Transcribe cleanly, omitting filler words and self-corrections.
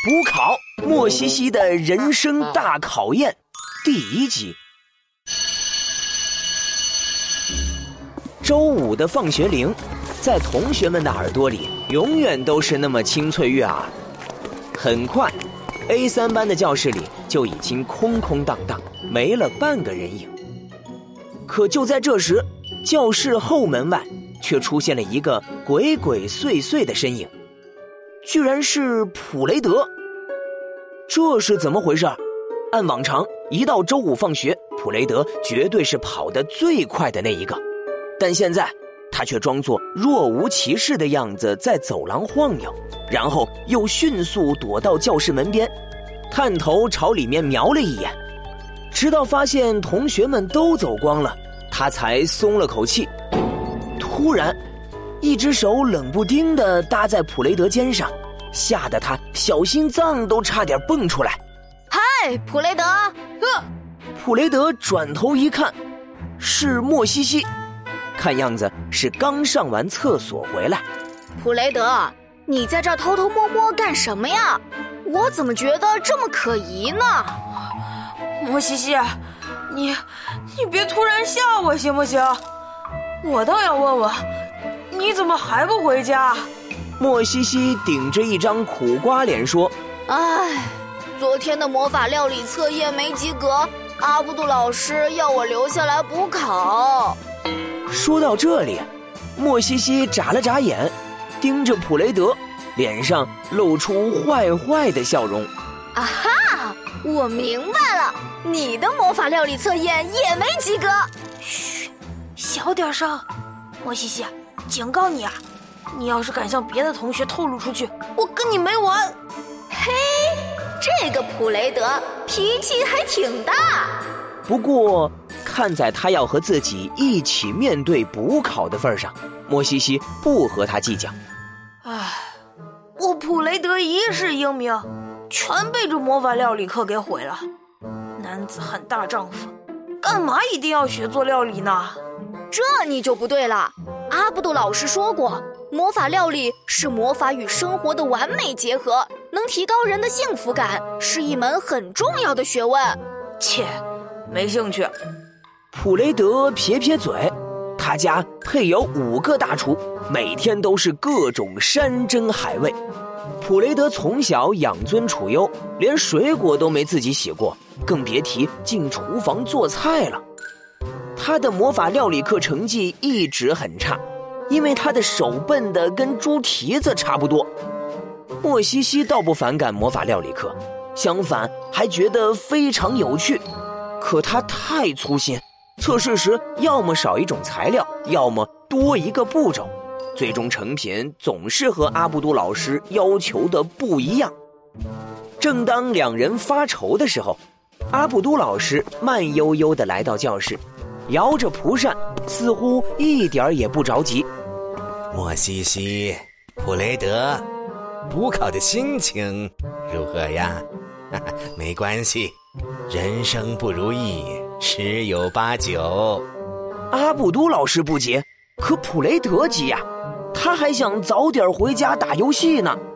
补考莫西西的人生大考验第1集。周五的放学铃在同学们的耳朵里永远都是那么清脆悦耳。很快 A3 班的教室里就已经空空荡荡，没了半个人影。可就在这时，教室后门外却出现了一个鬼鬼祟祟的身影，居然是普雷德。这是怎么回事？按往常，一到周五放学，普雷德绝对是跑得最快的那一个，但现在他却装作若无其事的样子在走廊晃悠，然后又迅速躲到教室门边，探头朝里面瞄了一眼，直到发现同学们都走光了，他才松了口气。突然，一只手冷不丁地搭在普雷德肩上，吓得他小心脏都差点蹦出来。 嗨，普雷德！ 普雷德转头一看，是莫西西，看样子是刚上完厕所回来。 普雷德，你在这儿偷偷摸摸干什么呀？我怎么觉得这么可疑呢？ 莫西西，你别突然吓我行不行？我倒要问问，你怎么还不回家？ 莫西西顶着一张苦瓜脸说： 唉，昨天的魔法料理测验没及格，阿布杜老师要我留下来补考。 说到这里，莫西西眨了眨眼，盯着普雷德，脸上露出坏坏的笑容。 啊哈，我明白了，你的魔法料理测验也没及格。 嘘，小点声。莫西西，警告你啊，你要是敢向别的同学透露出去，我跟你没完。 嘿，这个普雷德脾气还挺大。 不过看在他要和自己一起面对补考的份上，莫西西不和他计较。 唉，我普雷德一世英名全被这魔法料理课给毁了。男子汉大丈夫，干嘛一定要学做料理呢？ 这你就不对了。阿布杜老师说过，魔法料理是魔法与生活的完美结合，能提高人的幸福感，是一门很重要的学问。 切，没兴趣。 普雷德撇撇嘴，他家配有5个大厨，每天都是各种山珍海味。普雷德从小养尊处优，连水果都没自己洗过，更别提进厨房做菜了。他的魔法料理课成绩一直很差，因为他的手笨得跟猪蹄子差不多。莫西西倒不反感魔法料理课，相反还觉得非常有趣。可他太粗心，测试时要么少一种材料，要么多一个步骤，最终成品总是和阿布都老师要求的不一样。正当两人发愁的时候，阿布都老师慢悠悠地来到教室，摇着蒲扇，似乎一点也不着急。 莫西西，普雷德，补考的心情如何呀？没关系，人生不如意十有八九。 阿布都老师不急，可普雷德急呀，他还想早点回家打游戏呢。